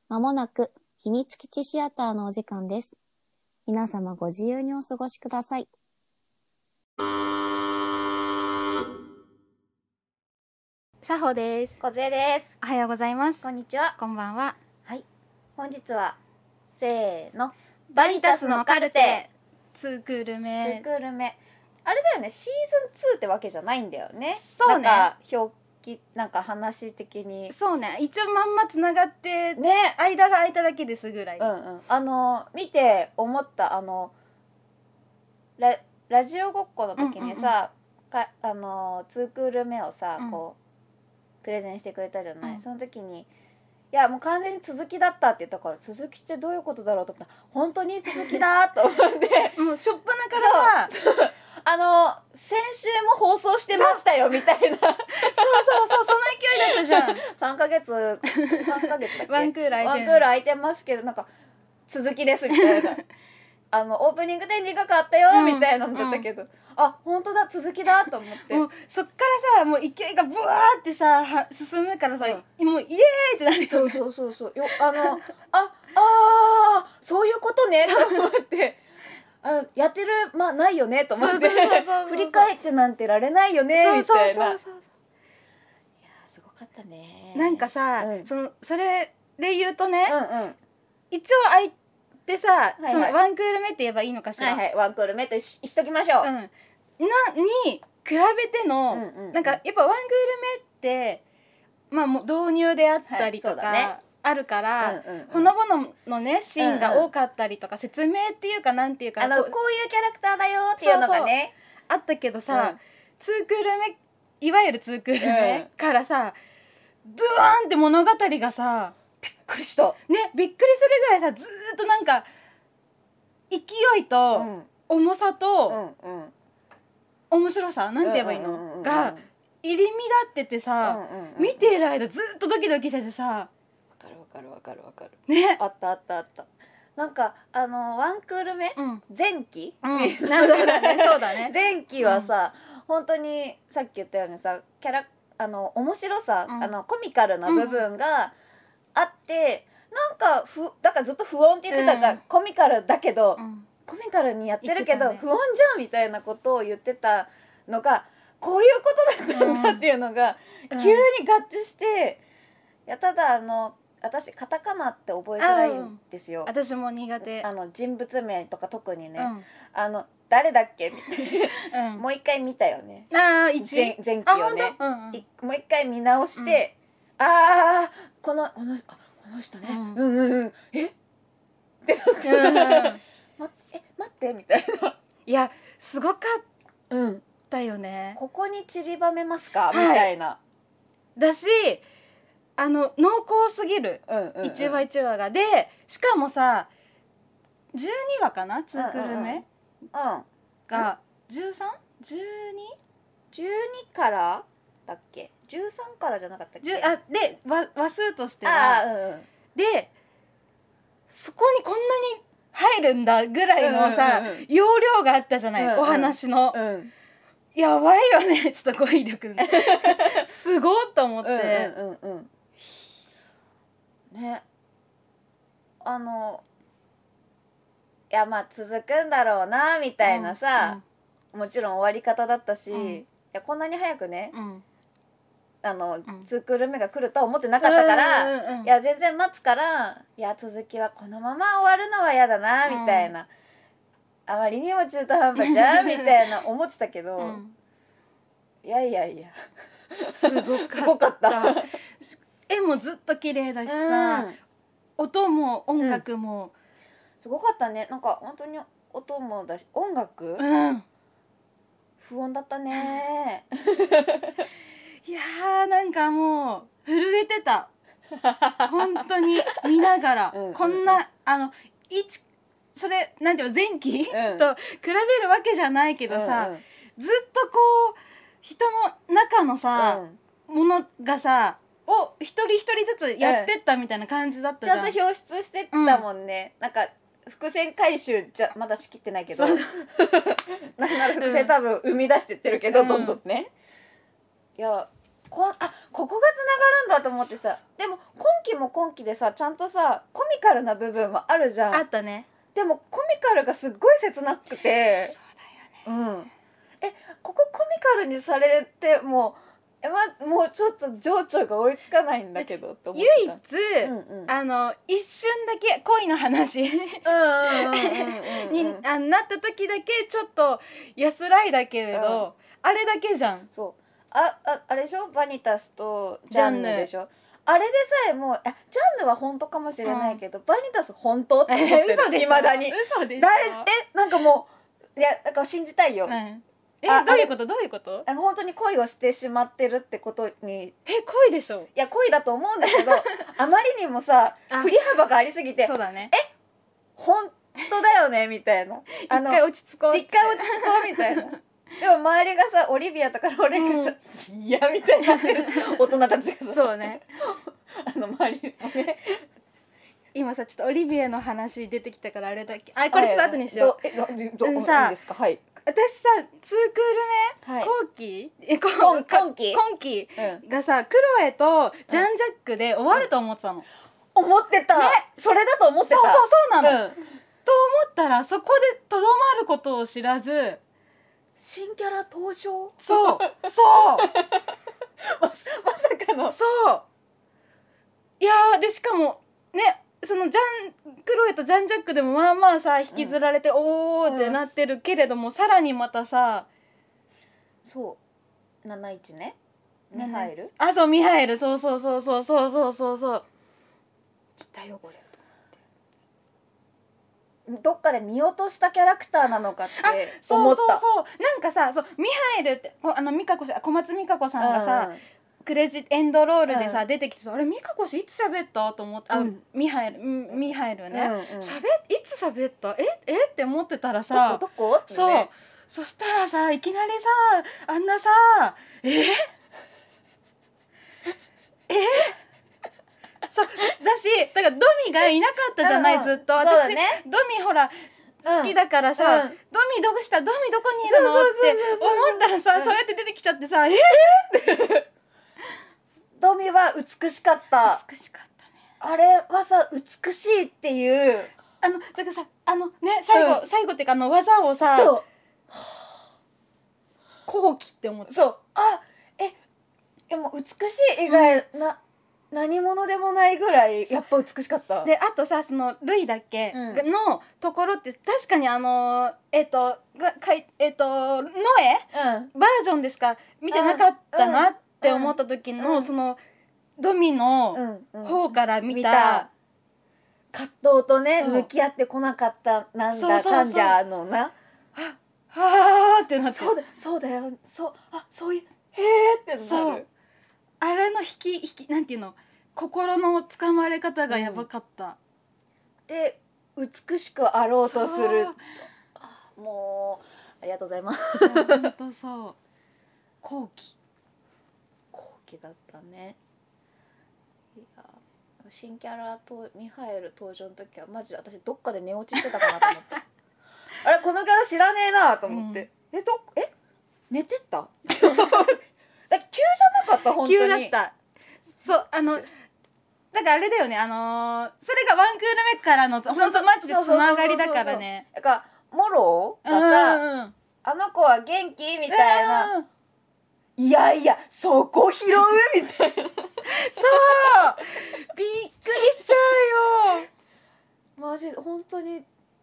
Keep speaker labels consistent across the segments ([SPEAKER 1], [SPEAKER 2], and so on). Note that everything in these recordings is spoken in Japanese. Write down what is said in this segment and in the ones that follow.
[SPEAKER 1] まもなく秘密基地シアターのお時間です。皆様ご自由にお過ごしください。
[SPEAKER 2] さほです。
[SPEAKER 3] こずえです。
[SPEAKER 2] おはようございます。
[SPEAKER 3] こんにちは。
[SPEAKER 2] こんばんは。
[SPEAKER 3] はい。本日はせーの
[SPEAKER 2] バリタスのカルテ2クール
[SPEAKER 3] 2
[SPEAKER 2] 目。
[SPEAKER 3] クール目。あれだよね。シーズン2ってわけじゃないんだよね。
[SPEAKER 2] そうね。
[SPEAKER 3] なんか表記なんか話的に。
[SPEAKER 2] そうね。一応まんまつながって
[SPEAKER 3] ね。
[SPEAKER 2] 間が空いただけですぐらい。
[SPEAKER 3] 見て思ったラジオごっこの時にさ、2クール目をさ、こうプレゼンしてくれたじゃない。その時に。いやもう完全に続きだったって言ったから続きってどういうことだろうと思ったら本当に続きだと思って
[SPEAKER 2] もうしょっぱなからは
[SPEAKER 3] 先週も放送してましたよみたいな
[SPEAKER 2] そうその勢いだったじゃん
[SPEAKER 3] 3ヶ月だっけ
[SPEAKER 2] ワンクール
[SPEAKER 3] 空いてますけどなんか続きですみたいなオープニングで2があったよみたいなの出たけど、あ本当だ続きだと思って
[SPEAKER 2] もうそっからさもう勢いがブワーってさ進むからさ、もうイエーイってなる
[SPEAKER 3] そうよそういうことねと思ってやってるないよねと思って振り返ってなんてられないよねみたいな。いやすごかったね。
[SPEAKER 2] なんかさ、それで言うとね、一応でさ、そのワンクール目って言えばいいのかしら。
[SPEAKER 3] ワンクール目としときましょう。
[SPEAKER 2] に比べての、なんかやっぱワンクール目ってもう導入であったりとかあるから、ほのぼののねシーンが多かったりとか、説明っていうかなんていうか
[SPEAKER 3] こういうキャラクターだよっていうのがね
[SPEAKER 2] あったけどさ、2クール目いわゆる2クール目からさ、ドゥワーンって物語がさ
[SPEAKER 3] びっくりした
[SPEAKER 2] ね、びっくりするぐらいさずーっとなんか勢いと重さと面白さなんて言えばいいのが入り乱っててさ、見ている間ずっとドキドキしててさ、わ
[SPEAKER 3] かる
[SPEAKER 2] ね、
[SPEAKER 3] あったなんかワンクール目、前期、
[SPEAKER 2] そうだね
[SPEAKER 3] 前期はさ、本当にさっき言ったようにさ面白さ、コミカルな部分があって、なんかだからずっと不穏って言ってたじゃん、コミカルだけど、コミカルにやってるけど、不穏じゃんみたいなことを言ってたのがこういうことだったんだっていうのが、急に合致して、いやただ私カタカナって覚えづらいんですよ。
[SPEAKER 2] 私も苦手。
[SPEAKER 3] 人物名とか特にね、誰だっけみたいな、もう一回見たよね。前期をね、もう一回見直して、この人ね、えってなって、待ってみたいな。
[SPEAKER 2] いやすごかったよね。
[SPEAKER 3] ここに散りばめますかみたいな。
[SPEAKER 2] だし濃厚すぎる、一話一話がで、しかもさ12話かな、2クール目が 13?12?12
[SPEAKER 3] からだっけ、13からじゃなかったっけ。
[SPEAKER 2] で話数としては、でそこにこんなに入るんだぐらいのさ、容量があったじゃない、お話の、やばいよね、ちょっと語彙力すごいと思って、
[SPEAKER 3] ね、いや続くんだろうなみたいなさ、もちろん終わり方だったし、いやこんなに早くね、2クール目が来るとは思ってなかったから、いや全然待つから、いや続きはこのまま終わるのは嫌だなみたいな、あまりにも中途半端じゃんみたいな思ってたけど、いや
[SPEAKER 2] すごかった絵もずっと綺麗だしさ、音も音楽も、
[SPEAKER 3] すごかったね。なんか本当に音もだし音楽、不穏だったね
[SPEAKER 2] いやーなんかもう震えてた本当に見ながらこんなそれなんていうの前期、と比べるわけじゃないけどさ、ずっとこう人の中のさ、ものがさ一人一人ずつやってったみたいな感じだったじゃん、
[SPEAKER 3] ちゃんと表出してったもんね、なんか伏線回収まだしきってないけどなんなら伏線多分生み出してってるけど、どんどんね、いやここがつながるんだと思ってさ。でも今期も今期でさ、ちゃんとさコミカルな部分もあるじゃん。
[SPEAKER 2] あったね。
[SPEAKER 3] でもコミカルがすっごい切なくて、
[SPEAKER 2] そうだよね。
[SPEAKER 3] うん、ここコミカルにされてももうちょっと情緒が追いつかないんだけどって思ってた。
[SPEAKER 2] 唯一、一瞬だけ恋の話になった時だけちょっと安らいだけれど、あれだけじゃん。
[SPEAKER 3] そうあれでしょ、バニタスとジャンヌでしょ。あれでさえもジャンヌは本当かもしれないけど、バニタス本当って思ってる。
[SPEAKER 2] 嘘でしょ。
[SPEAKER 3] 未だに
[SPEAKER 2] 嘘でしょ。
[SPEAKER 3] なんかもうなんか信じたいよ。
[SPEAKER 2] どういうことどういうこと？
[SPEAKER 3] 本当に恋をしてしまってるってことに。
[SPEAKER 2] 恋でしょ。
[SPEAKER 3] いや恋だと思うんだけどあまりにもさ振り幅がありすぎて、
[SPEAKER 2] そうだね。
[SPEAKER 3] 本当だよねみたいな。
[SPEAKER 2] 一回落ち着こうみ
[SPEAKER 3] たいな。でも周りがさオリビアとかローレンがさ、いやみたいになってる大人たちがさ、
[SPEAKER 2] そうね
[SPEAKER 3] 周りね。
[SPEAKER 2] 今さちょっとオリビアの話出てきたからあれだっけ、これちょっと後にしよう。
[SPEAKER 3] さいいですか。はい。
[SPEAKER 2] 私さ2クール目、
[SPEAKER 3] 今
[SPEAKER 2] 期がさクロエとジャン・ジャックで終わると思ってたの。
[SPEAKER 3] 思ってた。それだと思ってた。
[SPEAKER 2] そうなの。と思ったらそこでとどまることを知らず、
[SPEAKER 3] 新キャラ登場。
[SPEAKER 2] そう
[SPEAKER 3] まさかの。
[SPEAKER 2] そういやでしかもね、そのクロエとジャン・ジャックでもまあまあさ引きずられて、おーってなってるけれども、さらにまたさ、
[SPEAKER 3] そう71ね、ミハエル。
[SPEAKER 2] そうミハエル、そう来たよこれ。
[SPEAKER 3] どっかで見落としたキャラクターなのかって思った。
[SPEAKER 2] なんかさ、ミハエルって小松美香子さんがさ、クレジットエンドロールでさ、出てきてさ、あれ美香子氏いつ喋ったと思って、ミハエルね、いつ喋ったって思ってたらさ、
[SPEAKER 3] どこってね。
[SPEAKER 2] そしたらさ、いきなりさあんなさそうだし、だからドミがいなかったじゃない、ずっと。私、ドミほら好きだからさ、ドミどうした、ドミどこにいるのって思ったらさ、そうやって出てきちゃってさ、
[SPEAKER 3] ドミは美しかった。
[SPEAKER 2] 美しかったね。
[SPEAKER 3] あれはさ美しいっていう、
[SPEAKER 2] だからさ最後っていうか技をさ、後期って思って。
[SPEAKER 3] もう美しい以外何者でもないぐらいやっぱ美しかった。
[SPEAKER 2] であとさ、そのルイだっけ、のところって確かにノエ、バージョンでしか見てなかったなって思った時の、そのドミの方から見た
[SPEAKER 3] 葛藤とね、向き合ってこなかったなんだかんじゃのな、
[SPEAKER 2] はーってなって、
[SPEAKER 3] そうだよ、そういうへーってなる。
[SPEAKER 2] あれの引きなんていうの、心のつかまれ方がやばかった。
[SPEAKER 3] で美しくあろうとする。もうありがとうございます。
[SPEAKER 2] 本当そう。後期
[SPEAKER 3] だったね。いや新キャラとミハエル登場の時はマジで私どっかで寝落ちしてたかなと思ってあれこのキャラ知らねえなと思って、寝てただ急じゃなかった、本当に
[SPEAKER 2] 急だった。そうだからあれだよね、それがワンクール目からの本当マジでつながりだからね。
[SPEAKER 3] だからモロがさ、あの子は元気みたいな、いやそこ拾うみたいなそうびっく
[SPEAKER 2] りしちゃうよ
[SPEAKER 3] マジ本当に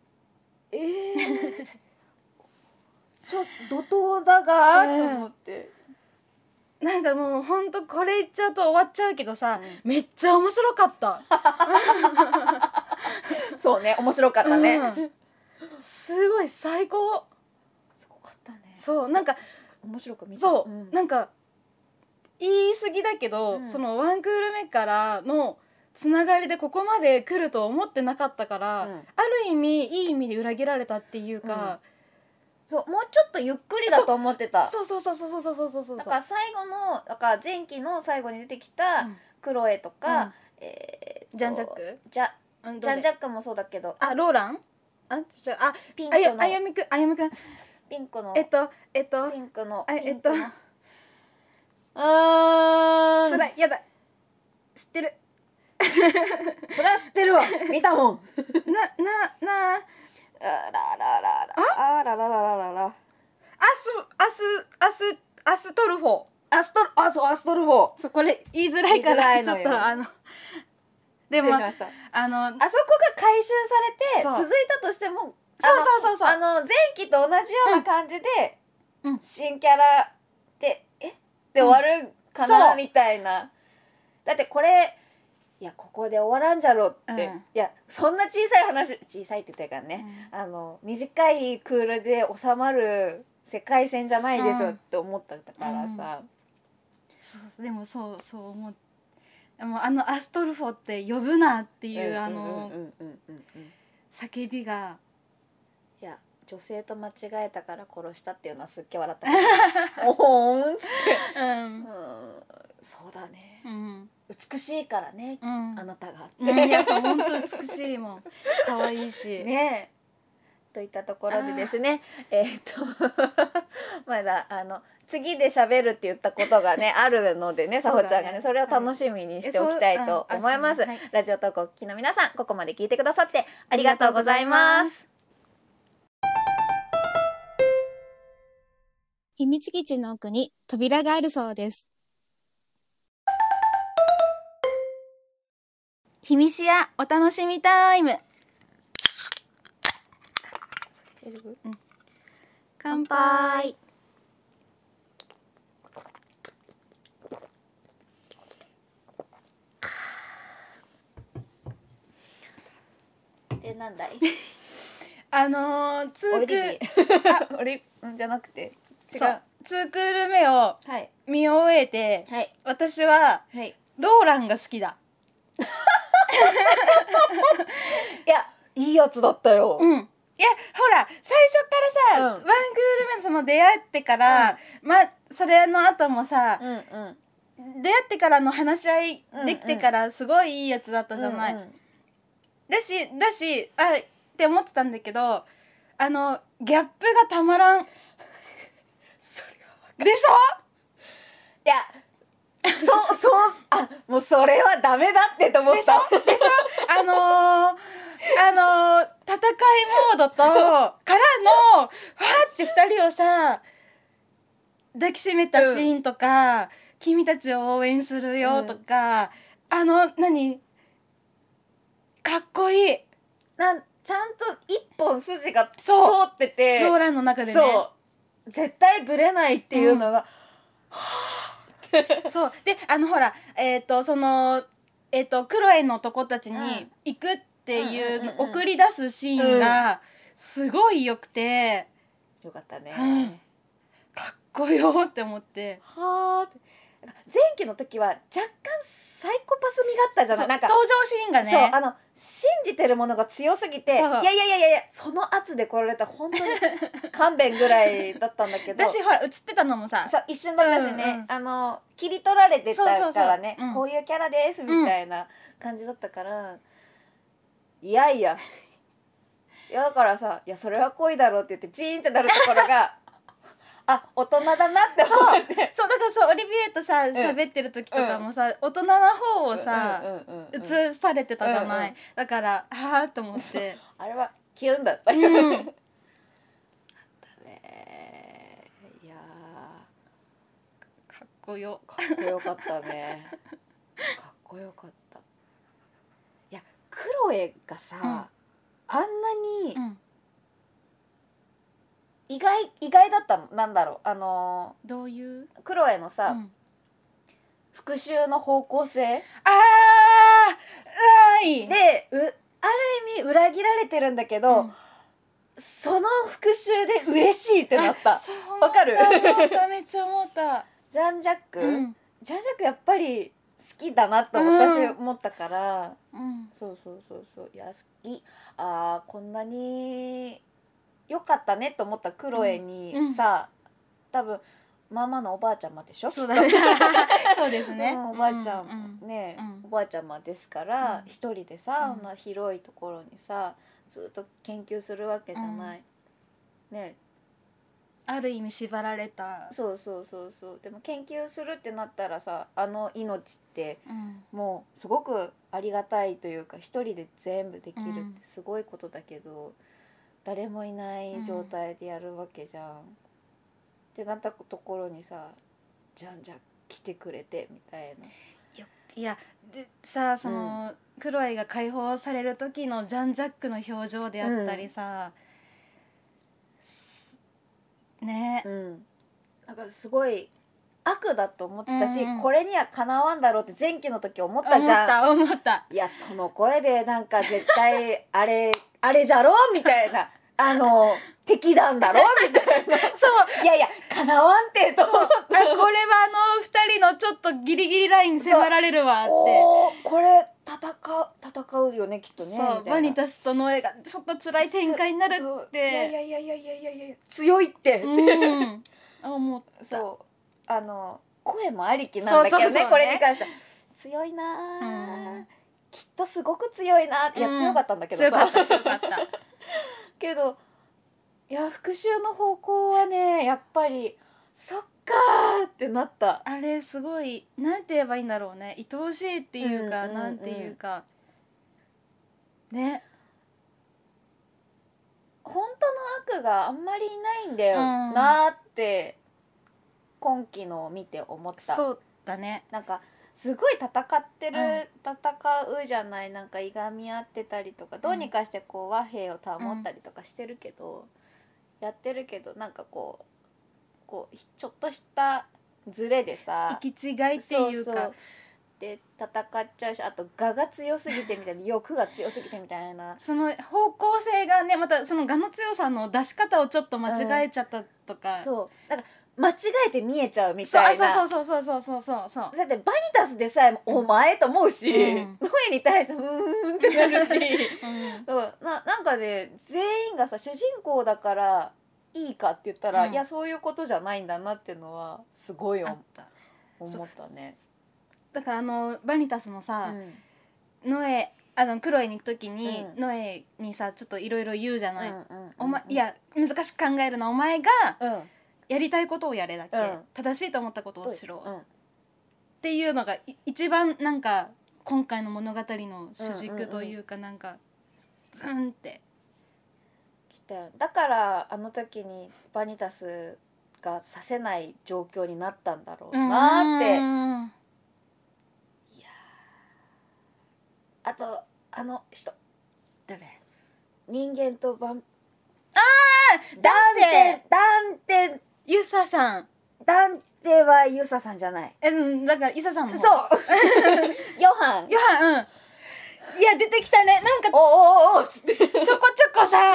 [SPEAKER 3] ちょっと怒涛だがと思って、
[SPEAKER 2] なんかもうほんとこれ言っちゃうと終わっちゃうけどさ、めっちゃ面白かった
[SPEAKER 3] そうね、面白かったね、
[SPEAKER 2] すごい最高。
[SPEAKER 3] すごかったね。
[SPEAKER 2] そうなんか
[SPEAKER 3] 面白く見た。
[SPEAKER 2] そう、なんか言い過ぎだけど、そのワンクール目からのつながりでここまで来ると思ってなかったから、ある意味いい意味で裏切られたっていうか、
[SPEAKER 3] そうもうちょっとゆっくりだと思ってた。
[SPEAKER 2] そうだ
[SPEAKER 3] から最後の前期の最後に出てきたクロエとか、
[SPEAKER 2] ジャン・ジャック、
[SPEAKER 3] ジャン・ジャックもそうだけど、
[SPEAKER 2] ローラン、
[SPEAKER 3] ピンクの
[SPEAKER 2] あやみくん
[SPEAKER 3] ピンクの
[SPEAKER 2] ピンクの
[SPEAKER 3] つらい。
[SPEAKER 2] つらい、やだ、知ってる。
[SPEAKER 3] それは知ってるわ。見たもん。
[SPEAKER 2] な
[SPEAKER 3] あらららら。あらららららら。
[SPEAKER 2] アストルフォー。
[SPEAKER 3] そう、アストルフォー。
[SPEAKER 2] そう、これ言いづらいからちょっ
[SPEAKER 3] 言いづらいのよ
[SPEAKER 2] とでも
[SPEAKER 3] 失礼しました。
[SPEAKER 2] あの
[SPEAKER 3] あそこが回収されて
[SPEAKER 2] そう
[SPEAKER 3] 続いたとしても、
[SPEAKER 2] そう
[SPEAKER 3] 前期と同じような感じで、
[SPEAKER 2] うん
[SPEAKER 3] 新キャラでで終わるかな、
[SPEAKER 2] そう
[SPEAKER 3] みたいな。だってこれいやここで終わらんじゃろって、いやそんな小さい話、小さいって言ったからね、短いクールで収まる世界線じゃないでしょって思ったからさ、
[SPEAKER 2] そうでもそう思う。でもアストルフォーって呼ぶなっていう叫びが、
[SPEAKER 3] いや女性と間違えたから殺したっていうのはすっげえ笑ったけどおーんっつって、そうだね、美しいからね、あなたが
[SPEAKER 2] いやそう本当美しいもん、可愛いし
[SPEAKER 3] ねといったところでですね、まだ次で喋るって言ったことがねあるのでね、さほちゃんがねそれを楽しみにしておきたいと思います。ラジオトークをお聞きの皆さん、ここまで聞いてくださってありがとうございます。
[SPEAKER 1] 秘密基地の奥に扉があるそうです。
[SPEAKER 2] 秘密やお楽しみタイム。乾杯。
[SPEAKER 3] なんだい
[SPEAKER 2] ツーク
[SPEAKER 3] ーオリじゃなくて違う
[SPEAKER 2] 2クール目を見終えて、私はローランが好きだ。
[SPEAKER 3] いやいいやつだったよ。
[SPEAKER 2] いやほら最初からさ、ワンクール目のその出会ってから、それの後もさ、出会ってからの話し合いできてからすごいいいやつだったじゃない。だしって思ってたんだけど、ギャップがたまらん。
[SPEAKER 3] それはわかる
[SPEAKER 2] でしょ。
[SPEAKER 3] いやもうそれはダメだってと思った。でしょ
[SPEAKER 2] 戦いモードとからのファーって2人をさ抱きしめたシーンとか、君たちを応援するよとか、何かっこいい。
[SPEAKER 3] ちゃんと一本筋が通ってて、
[SPEAKER 2] ローランの中でね、
[SPEAKER 3] そう絶対ブレないっていうのが、
[SPEAKER 2] そうでほらそのクロエの男たちに行くっていう送り出すシーンがすごい良くて、
[SPEAKER 3] よかったね、
[SPEAKER 2] かっこよって思って。
[SPEAKER 3] はあ。前期の時は若干サイコパス味があったじゃない。なんか
[SPEAKER 2] 登場シーンがね、
[SPEAKER 3] そう信じてるものが強すぎて、いやその圧で来られたら本当に勘弁ぐらいだったんだけど
[SPEAKER 2] 私ほら映ってたのもさ、
[SPEAKER 3] そう一瞬だったしね、切り取られてたからね、こういうキャラですみたいな感じだったから、いやだからさ、いやそれは恋だろうって言ってジーンってなるところが大人だなって思って、
[SPEAKER 2] そうだからオリビエとさ喋ってる時とかもさ、大人な方をさ映されてたじゃない。だからはあと思って
[SPEAKER 3] あれはキュンだったよ、だったね。いや
[SPEAKER 2] かっこよ
[SPEAKER 3] かったね。かっこよかった。いやクロエがさ、あんなに、意外だったの。なんだろう、
[SPEAKER 2] どういう
[SPEAKER 3] クロエのさ、復讐の方向性である意味裏切られてるんだけど、その復讐で嬉しいってなった。わかる？
[SPEAKER 2] めっちゃ思った。
[SPEAKER 3] ジャンジャックやっぱり好きだなと私思ったから、そういやこんなに良かったねと思ったクロエにさ、多分ママのおばあちゃまでしょ。
[SPEAKER 2] そうですね、
[SPEAKER 3] おばあちゃんね、おばあちゃまですから一人でさ、広いところにさずっと研究するわけじゃない、ね。
[SPEAKER 2] ある意味縛られた。
[SPEAKER 3] そうでも研究するってなったらさ、あの命ってもうすごくありがたいというか、一人で全部できるってすごいことだけど、誰もいない状態でやるわけじゃん、ってなったところにさ、じゃあ来てくれてみたいな。
[SPEAKER 2] いやでさ、その、クロエが解放される時のジャン・ジャックの表情であったりさ、ね、
[SPEAKER 3] なんかすごい悪だと思ってたし、これにはかなわんだろうって前期の時思ったじゃ
[SPEAKER 2] ん。思った。
[SPEAKER 3] いやその声でなんか絶対あれじゃろみたいな敵なんだろみたいなそういやかなわんってと思った。
[SPEAKER 2] これは2人のちょっとギリギリラインに迫られるわって。
[SPEAKER 3] これ戦うよねきっとね。
[SPEAKER 2] そうバニタスとノエがちょっと辛い展開になるって。
[SPEAKER 3] いや強いって
[SPEAKER 2] 思った。
[SPEAKER 3] そう声もありきなんだけどね、これに関しては強いな、きっとすごく強いな。いや強かったんだけどさ、
[SPEAKER 2] 強かった
[SPEAKER 3] けどいや復讐の方向はねやっぱりそっかーってなった。
[SPEAKER 2] あれすごいなんて言えばいいんだろうね、愛おしいっていうか、なんていうかね、
[SPEAKER 3] 本当の悪があんまりいないんだよなーって今期のを見て思った。
[SPEAKER 2] そうだね。
[SPEAKER 3] なんかすごい戦ってる、戦うじゃない、なんかいがみ合ってたりとか、どうにかしてこう和平を保ったりとかしてるけど、やってるけどなんかこうちょっとしたズレでさ
[SPEAKER 2] 行き違いっていうか
[SPEAKER 3] で戦っちゃうし、あと我が強すぎてみたいな、欲が強すぎてみたいな、
[SPEAKER 2] その方向性がね、またその我の強さの出し方をちょっと間違えちゃったとか、
[SPEAKER 3] そうなんか間違えて見えちゃうみたいな。
[SPEAKER 2] そうだ
[SPEAKER 3] ってバニタスでさえお前と思うし、ノエに対してってなるし、なんかね全員がさ主人公だからいいかって言ったら、いやそういうことじゃないんだなっていうのはすごい思ったね。
[SPEAKER 2] だからバニタスのさ、ノエクロエに行く時に、ノエにさちょっといろいろ言うじゃない、お前いや難しく考えるのはお前が、やりたいことをやれだっけ、正しいと思ったことをしろ、っていうのが一番なんか今回の物語の主軸というか、なんかズンって
[SPEAKER 3] きたよ。だからあの時にバニタスがさせない状況になったんだろうなって。いやあと人
[SPEAKER 2] 誰？
[SPEAKER 3] 人間とダンテ
[SPEAKER 2] ユサさん。
[SPEAKER 3] ダンテはユサさんじゃない。
[SPEAKER 2] だからユサさんも。
[SPEAKER 3] そうヨハン。
[SPEAKER 2] いや出てきたね。なんか
[SPEAKER 3] おつってちょこ
[SPEAKER 2] ちょこさ。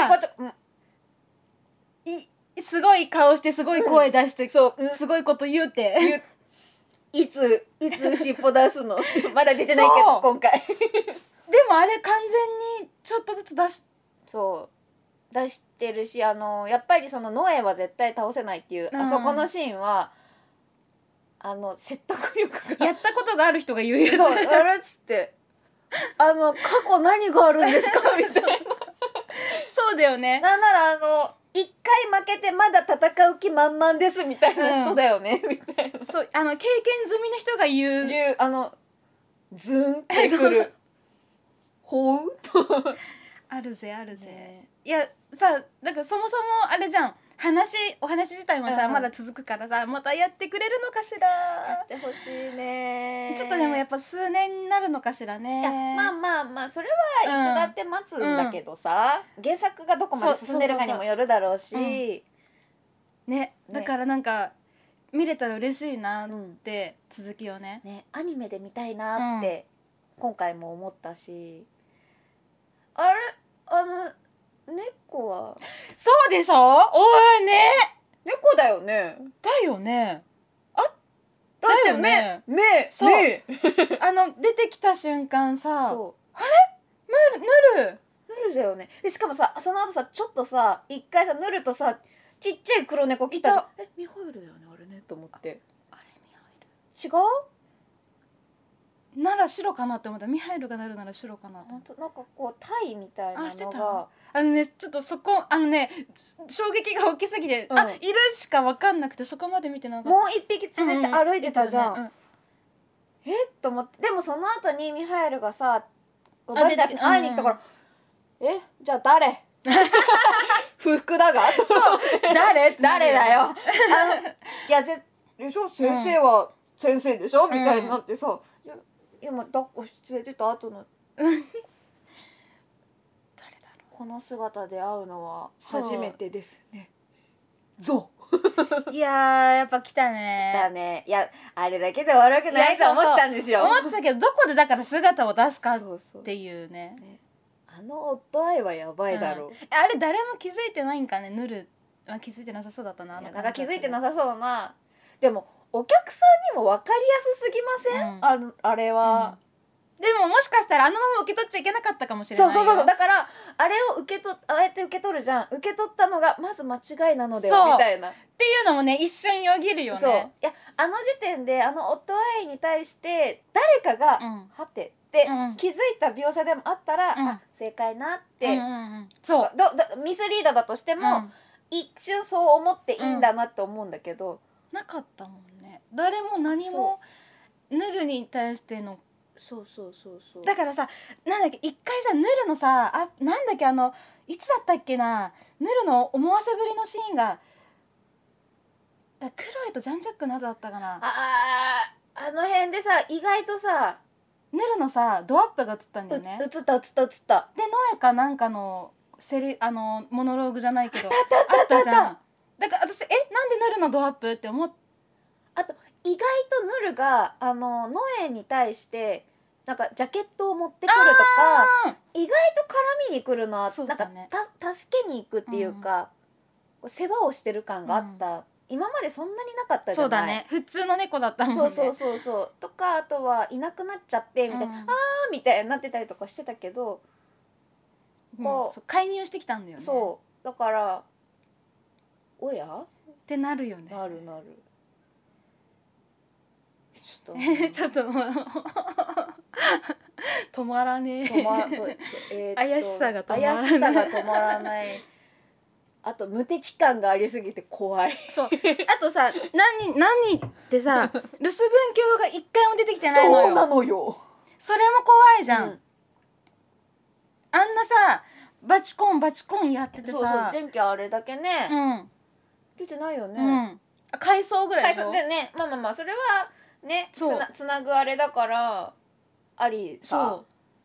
[SPEAKER 2] すごい顔してすごい声出して、すごいこと言うて。
[SPEAKER 3] いつ尻尾出すのまだ出てないけど今回
[SPEAKER 2] でもあれ完全にちょっとずつ
[SPEAKER 3] 出してるし、やっぱりそのノエは絶対倒せないっていう、あそこのシーンは説得力が
[SPEAKER 2] やったことがある人が言うやつ。
[SPEAKER 3] そうあれっつって過去何があるんですかみたいな
[SPEAKER 2] そうだよね。
[SPEAKER 3] なんなら一回負けてまだ戦う気満々ですみたいな人だよね、みたいな。
[SPEAKER 2] そう経験済みの人が言う
[SPEAKER 3] ズンってくるほうと
[SPEAKER 2] あるぜ、いやさ、だからそもそもあれじゃん、お話自体もさ、まだ続くからさ、またやってくれるのかしら。
[SPEAKER 3] やってほしいね。
[SPEAKER 2] ちょっとでもやっぱ数年になるのかしらね。
[SPEAKER 3] いやまあそれはいつだって待つんだけどさ、原作がどこまで進んでるかにもよるだろうし、
[SPEAKER 2] ね、だからなんか見れたら嬉しいなって続きをね、
[SPEAKER 3] アニメで見たいなって今回も思ったし、あれ猫は
[SPEAKER 2] そうでしょ。おいね、
[SPEAKER 3] 猫だよね。
[SPEAKER 2] だよね。
[SPEAKER 3] だって目
[SPEAKER 2] 出てきた瞬間さ、あれヌル
[SPEAKER 3] だよね。でしかもさその後さちょっとさ一回さヌルとさちっちゃい黒猫来たじゃん。ミハイルだよねあれねと思って。あれミハイル違う？
[SPEAKER 2] なら白かなって思った。ミハイルがなるなら白かなって。
[SPEAKER 3] 本当なんかこうタイみたいな
[SPEAKER 2] あしてた
[SPEAKER 3] のが
[SPEAKER 2] ちょっとそこ衝撃が大きすぎて、いるしか分かんなくてそこまで見てなかった。
[SPEAKER 3] もう一匹連れて歩いてたじゃん、
[SPEAKER 2] うん
[SPEAKER 3] と思って。でもその後にミハエルがさバニタスに会いに来たからじゃあ誰不服だが
[SPEAKER 2] 誰
[SPEAKER 3] だよいやでしょ先生は先生でしょみたいになってさ、今抱っこして連れてた後の
[SPEAKER 2] 誰だろ
[SPEAKER 3] この姿で会うのは初めてですね。ゾ
[SPEAKER 2] う。いやーやっぱ来たね。
[SPEAKER 3] 来たね。いやあれだけで終わるわけないと思ってたんですよ。
[SPEAKER 2] 思ってたけどどこでだから姿を出すかっていうね。
[SPEAKER 3] あの夫愛はやばいだろう、
[SPEAKER 2] あれ誰も気づいてないんかね。ヌルは気づいてなさそうだったな。
[SPEAKER 3] なんか気づいてなさそうな。でもお客さんにも分かりやすすぎません、あれは、
[SPEAKER 2] でももしかしたらあのまま受け取っちゃいけなかったかもしれないよ。
[SPEAKER 3] そうだからあれをああやって受け取るじゃん。受け取ったのがまず間違いなのではみたいな
[SPEAKER 2] っていうのもね一瞬よぎるよね。
[SPEAKER 3] そういやあの時点であの夫愛に対して誰かが、はてって気づいた描写でもあったら、あ正解なって、そうミスリーダーだとしても、一瞬そう思っていいんだなって思うんだけど、
[SPEAKER 2] なかったもんね。誰も何もヌルに対しての
[SPEAKER 3] そう
[SPEAKER 2] だからさ、なんだっけ一回さヌルのさなんだっけいつだったっけな、ヌルの思わせぶりのシーンがクロエとジャン・ジャックなどだったかな。
[SPEAKER 3] あの辺でさ意外とさ
[SPEAKER 2] ヌルのさドアップが映ったんだよね。
[SPEAKER 3] 映ったでノ
[SPEAKER 2] エかなんかのモノローグじゃないけどあったじゃん。だから私なんでヌルのドアップって思っ
[SPEAKER 3] あと意外とヌルがノエに対してなんかジャケットを持ってくるとか意外と絡みに来るな、なんか助けに行くっていうか、世話をしてる感があった、今までそんなになかったじゃない。そうだね、
[SPEAKER 2] 普通の猫だったもんね。
[SPEAKER 3] そうとか、あとはいなくなっちゃってみたいな、みたいになってたりとかしてたけど、
[SPEAKER 2] こう介入してきたんだよね。
[SPEAKER 3] そうだからおや
[SPEAKER 2] ってなるよね。
[SPEAKER 3] なる
[SPEAKER 2] ちょっともう止まらねえ。怪しさが
[SPEAKER 3] 止まらない。あと無敵感がありすぎて怖い。
[SPEAKER 2] そう。あとさ、何ってさ、留守分鏡が一回も出てきてないのよ。
[SPEAKER 3] そうなのよ。
[SPEAKER 2] それも怖いじゃん。あんなさ、バチコンやっててさ。
[SPEAKER 3] 前期あれだけね。出てないよね。
[SPEAKER 2] 回想ぐらいで
[SPEAKER 3] ね。まあそれはね、つなぐあれだからありさ。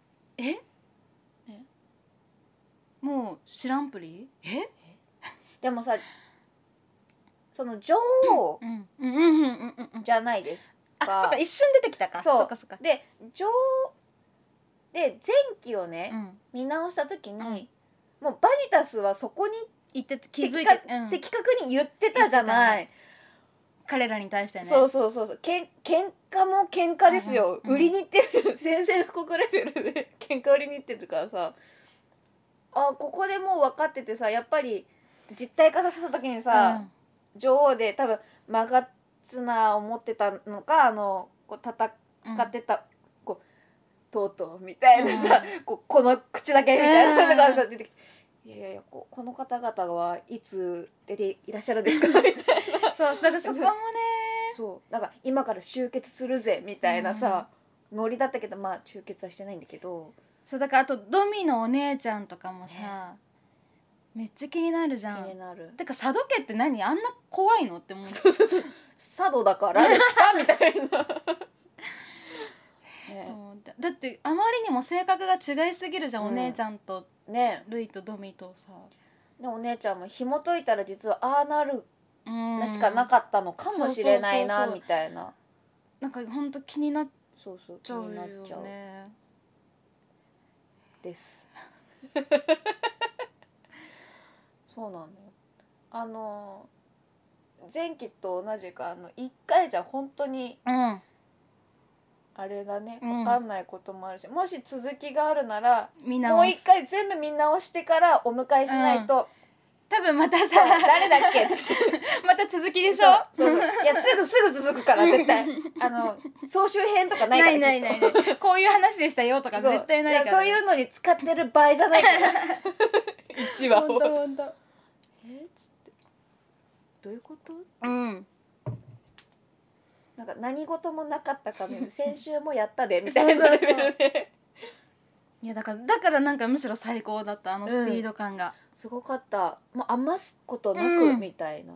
[SPEAKER 2] もう知らんぷり？
[SPEAKER 3] でもさ、その女王じゃないですか。
[SPEAKER 2] そっか、一瞬出てきたか。
[SPEAKER 3] そうか。で女王で前期をね、見直した時に、もうバニタスはそこに
[SPEAKER 2] 気づいて
[SPEAKER 3] 的確に言ってたじゃない。
[SPEAKER 2] 彼らに対してね。
[SPEAKER 3] そう喧嘩も喧嘩ですよ、売りに行ってる宣戦布告レベルで喧嘩売りに行ってるからさ、ここでもう分かっててさ、やっぱり実体化させた時にさ、女王で多分マガツナを持ってたのか、こう戦ってた、こうとうとうみたいなさ、この口だけみたいなのがさ出てきて、いやこの方々はいつ出ていらっしゃるんですかみたいな。
[SPEAKER 2] そうだからそこもね、
[SPEAKER 3] だから今から集結するぜみたいなさ、ノリだったけど、まあ集結はしてないんだけど。
[SPEAKER 2] そうだからあとドミのお姉ちゃんとかもさ、めっちゃ気になるじゃん。
[SPEAKER 3] 気になる。
[SPEAKER 2] てか佐渡家って何あんな怖いのって思う。
[SPEAKER 3] そう佐渡だからですかみたいな。
[SPEAKER 2] だってあまりにも性格が違いすぎるじゃん、お姉ちゃんとルイとドミとさ。
[SPEAKER 3] でお姉ちゃんも紐解いたら実はああなるしかなかったのかもしれないなみたいな。
[SPEAKER 2] なんかほんと気になっ
[SPEAKER 3] ちゃうね。です。そうなの。前期と同じか1回じゃ本当に、あれだね、分かんないこともあるし、もし続きがあるならもう1回全部見直してからお迎えしないと、
[SPEAKER 2] 多分またさ
[SPEAKER 3] 誰だっけ
[SPEAKER 2] また続きでしょ。
[SPEAKER 3] そういやすぐ続くから絶対総集編とかないから
[SPEAKER 2] ないこういう話でしたよとか絶対ないから、
[SPEAKER 3] そういうのに使ってる場合じゃないから1話を
[SPEAKER 2] ほんと
[SPEAKER 3] つってどういうこと？
[SPEAKER 2] うん
[SPEAKER 3] なんか何事もなかったかのように先週もやったでみたいなレベルで
[SPEAKER 2] いやだからなんかむしろ最高だったあのスピード感が、
[SPEAKER 3] すごかった。もう余すことなくみたいな、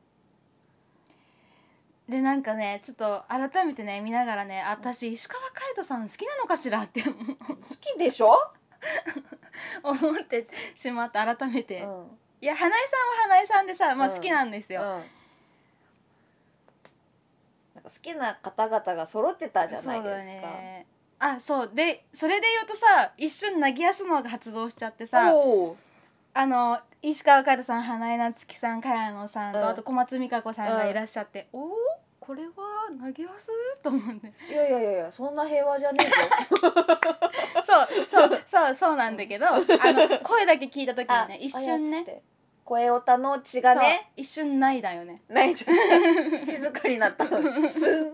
[SPEAKER 2] でなんかねちょっと改めてね見ながらね、私石川海人さん好きなのかしらって
[SPEAKER 3] 好きでしょ
[SPEAKER 2] 思ってしまって改めて、
[SPEAKER 3] うん、
[SPEAKER 2] いや花江さんは花江さんでさ、まあ、好きなんですよ、
[SPEAKER 3] なんか好きな方々が揃ってたじゃないですか。
[SPEAKER 2] そうだね。あ、そうでそれで言うとさ一瞬なぎやすのが発動しちゃってさ、石川海人さん、花江夏樹さん、茅野さんと、あと小松美香子さんがいらっしゃって、おおこれはなぎやすと思って、
[SPEAKER 3] いやそんな平和じゃねえ
[SPEAKER 2] ぞそうなんだけど声だけ聞いた時にね一瞬ね
[SPEAKER 3] 声オタの血がね
[SPEAKER 2] 一瞬ないだよね、
[SPEAKER 3] 泣いちゃった静かになったスン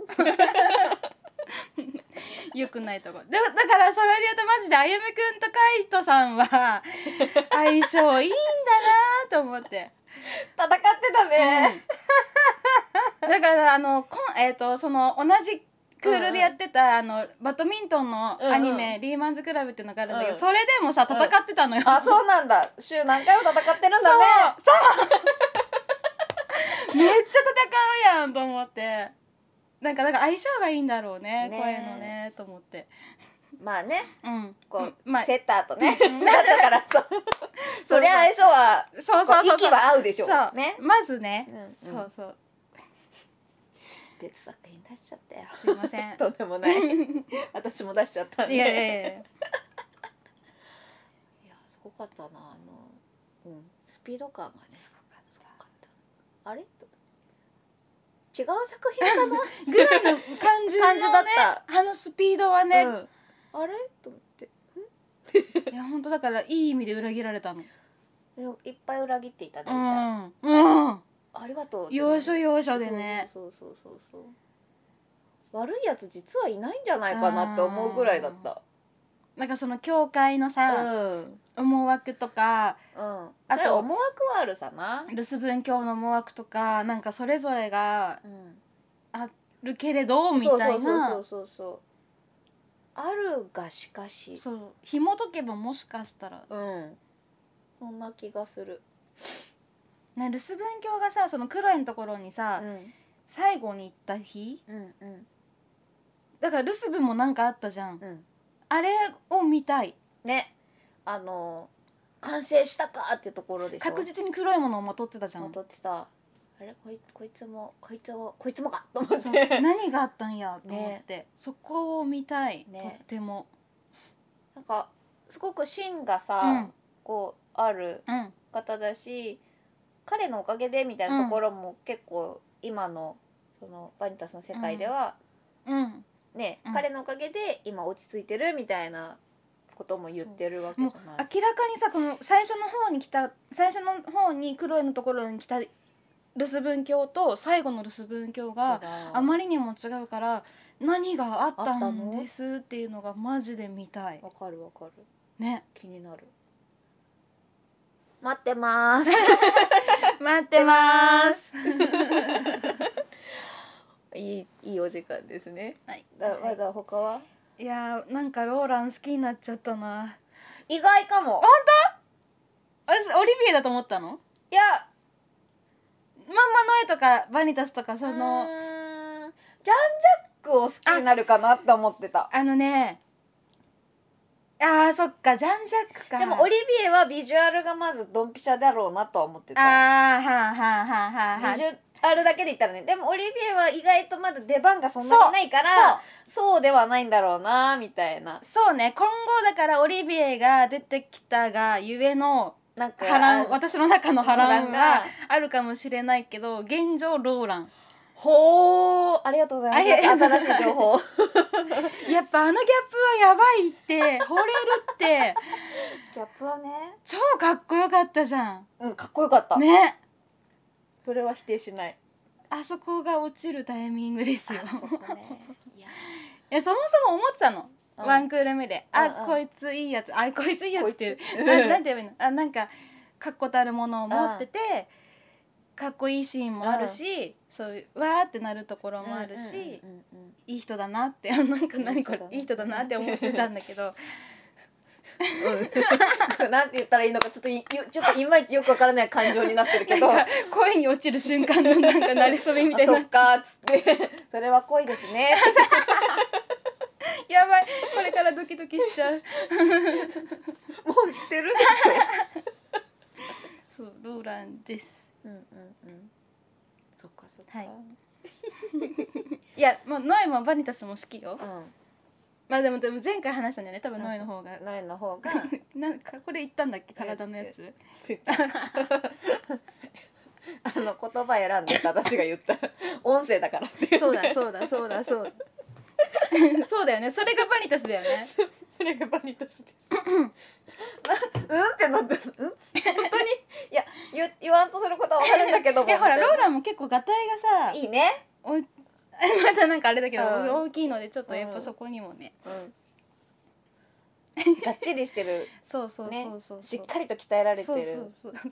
[SPEAKER 2] よくないとこでだからそれで言うとマジであゆむくんと海人さんは相性いいんだなと思って
[SPEAKER 3] 戦ってたね、
[SPEAKER 2] だからその同じクールでやってた、バドミントンのアニメ、リーマンズクラブっていうのがあるんだけど、それでもさ戦ってたのよ、
[SPEAKER 3] あ、そうなんだ。週何回も戦ってるんだね。
[SPEAKER 2] そうめっちゃ戦うやんと思ってなんか相性がいいんだろうね声のねと思って、
[SPEAKER 3] まあね、こう、
[SPEAKER 2] まあ、
[SPEAKER 3] セッターとねだからそりゃ相性は
[SPEAKER 2] そう
[SPEAKER 3] 息は合うでしょうね。
[SPEAKER 2] まずね、そう
[SPEAKER 3] 別作品出しちゃったよ。
[SPEAKER 2] すいません
[SPEAKER 3] とんでもない私も出しちゃったんで。
[SPEAKER 2] いや
[SPEAKER 3] すごかったなスピード感がねすごかった。あれ違う作品かな
[SPEAKER 2] ぐらいの感じの、ね、
[SPEAKER 3] だった
[SPEAKER 2] スピードはね、
[SPEAKER 3] あれと思って
[SPEAKER 2] いや本当だからいい意味で裏切られたの。
[SPEAKER 3] いっぱい裏切っていただいた、ありがとう
[SPEAKER 2] 要所要所でね。
[SPEAKER 3] そう悪いやつ実はいないんじゃないかなって思うぐらいだった。
[SPEAKER 2] なんかその教会のさ、思惑とか、
[SPEAKER 3] あと思惑はあるさな。
[SPEAKER 2] 留守分教の思惑とかなんかそれぞれがあるけれどみたいな。
[SPEAKER 3] そうあるがしかし
[SPEAKER 2] そう紐解けばもしかしたら
[SPEAKER 3] そんな気がする。
[SPEAKER 2] ね、留守分教がさそのクロエのところにさ、最後に行った日、だから留守分もなんかあったじゃん、あれを見たい
[SPEAKER 3] ね。完成したかってところでしょ。
[SPEAKER 2] 確実に黒いものをまとってたじゃん。
[SPEAKER 3] まとってた。あれこいつもかと思って
[SPEAKER 2] 何があったんやと思って、そこを見たい、とっても
[SPEAKER 3] なんかすごく芯がさ、こうある方だし、彼のおかげでみたいなところも結構今のそのバニタスの世界では、彼のおかげで今落ち着いてるみたいなことも言ってるわけじゃない。
[SPEAKER 2] 明らかにさこの最初の方にクロエのところに来た留守分教と最後の留守分教があまりにも違うから何があったんですっていうのがマジで見たい。
[SPEAKER 3] わかる
[SPEAKER 2] ね、
[SPEAKER 3] 気になる。待ってます
[SPEAKER 2] 待ってます
[SPEAKER 3] いいお時間ですね。まだ他は？
[SPEAKER 2] いやなんかローラン好きになっちゃったな。
[SPEAKER 3] 意外かも。
[SPEAKER 2] 本当？オリビエだと思ったの？
[SPEAKER 3] いや
[SPEAKER 2] まんまの絵とかバニタスとかその
[SPEAKER 3] ジャン・ジャックを好きになるかなって思ってた。
[SPEAKER 2] そっかジャン・ジャックか。
[SPEAKER 3] でもオリビエはビジュアルがまずドンピシャだろうなとは思ってた。ビジュアルだけで言ったらね。でもオリビエは意外とまだ出番がそんなにないからそうではないんだろうなみたいな。
[SPEAKER 2] そうね、今後だからオリビエが出てきたがゆえの
[SPEAKER 3] なんか
[SPEAKER 2] 私の中の波乱があるかもしれないけど現状ローラン。
[SPEAKER 3] ほー、ありがとうございます。新しい情報。
[SPEAKER 2] やっぱあのギャップはやばいって惚れるって
[SPEAKER 3] ギャップはね、
[SPEAKER 2] 超かっこよかったじゃん。
[SPEAKER 3] うん、かっこよかった
[SPEAKER 2] ね。
[SPEAKER 3] それは否定しない。
[SPEAKER 2] あそこが落ちるタイミングですよ。
[SPEAKER 3] あそこね。
[SPEAKER 2] いやそもそも思ってたの、
[SPEAKER 3] うん、
[SPEAKER 2] ワンクール目で、
[SPEAKER 3] うんうん、
[SPEAKER 2] こいついいやつ、こいついいやつって
[SPEAKER 3] うん、
[SPEAKER 2] なんて言えばいいの、なんか確固たるものを持ってて、かっこいいシーンもあるし、そういうわーってなるところもあるし、いい人だなってなんか何これいい人だなって思ってたんだけど
[SPEAKER 3] なんて言ったらいいのかちょっといまいちよくわからない感情になってるけど
[SPEAKER 2] 恋に落ちる瞬間のなんか慣れそべみたいな
[SPEAKER 3] そっかっつってそれは恋ですね
[SPEAKER 2] やばい、これからドキドキしちゃうも
[SPEAKER 3] うしてるでしょ
[SPEAKER 2] そうローランです。
[SPEAKER 3] そっかそっか、はい、
[SPEAKER 2] いやもうノエもバニタスも好きよ、まあでも前回話したんだよね、多分ノエの方がなんかこれ言ったんだっけ、体のやつ
[SPEAKER 3] 言葉選んで私が言った音声だからって
[SPEAKER 2] そうだそうだそうだそうだよね、それがバニタスだよね
[SPEAKER 3] それがバニタスですってなって本当にいや言わんとすることは分かるんだけども
[SPEAKER 2] ほらローランも結構ガタイがさ
[SPEAKER 3] いいね
[SPEAKER 2] またなんかあれだけど、大きいのでちょっとやっぱそこにもね、
[SPEAKER 3] がっちりしてる
[SPEAKER 2] そう
[SPEAKER 3] しっかりと鍛えられてる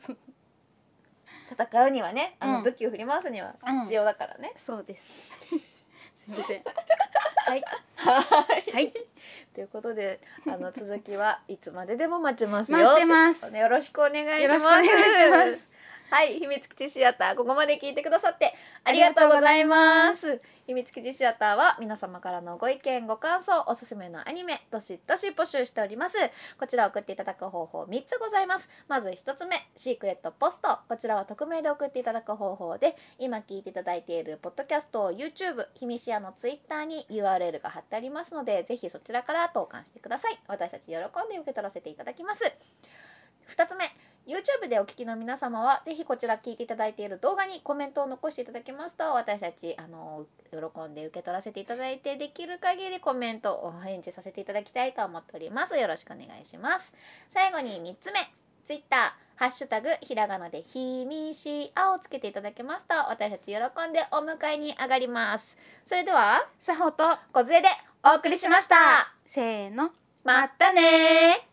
[SPEAKER 3] 戦うにはね、武器を振り回すには必要だからね、
[SPEAKER 2] そうですすみませんはい
[SPEAKER 3] ということで続きはいつまででも待ちますよ。
[SPEAKER 2] 待ってます。
[SPEAKER 3] よろしくお願いします。はい、秘密基地シアターここまで聞いてくださってありがとうございます。秘密基地シアターは皆様からのご意見ご感想おすすめのアニメどしどし募集しております。こちら送っていただく方法3つございます。まず1つ目シークレットポスト、こちらは匿名で送っていただく方法で、今聞いていただいているポッドキャスト YouTube 秘密シアの Twitter に URL が貼ってありますので、ぜひそちらから投函してください。私たち喜んで受け取らせていただきます。2つ目YouTube でお聞きの皆様はぜひこちら聞いていただいている動画にコメントを残していただけますと、私たち喜んで受け取らせていただいて、できる限りコメントをお返事させていただきたいと思っております。よろしくお願いします。最後に3つ目 Twitterハッシュタグひらがなでひみしあをつけていただけますと、私たち喜んでお迎えに上がります。それでは
[SPEAKER 2] さほと
[SPEAKER 3] こずえでお送りしました。
[SPEAKER 2] せーの、
[SPEAKER 3] またね。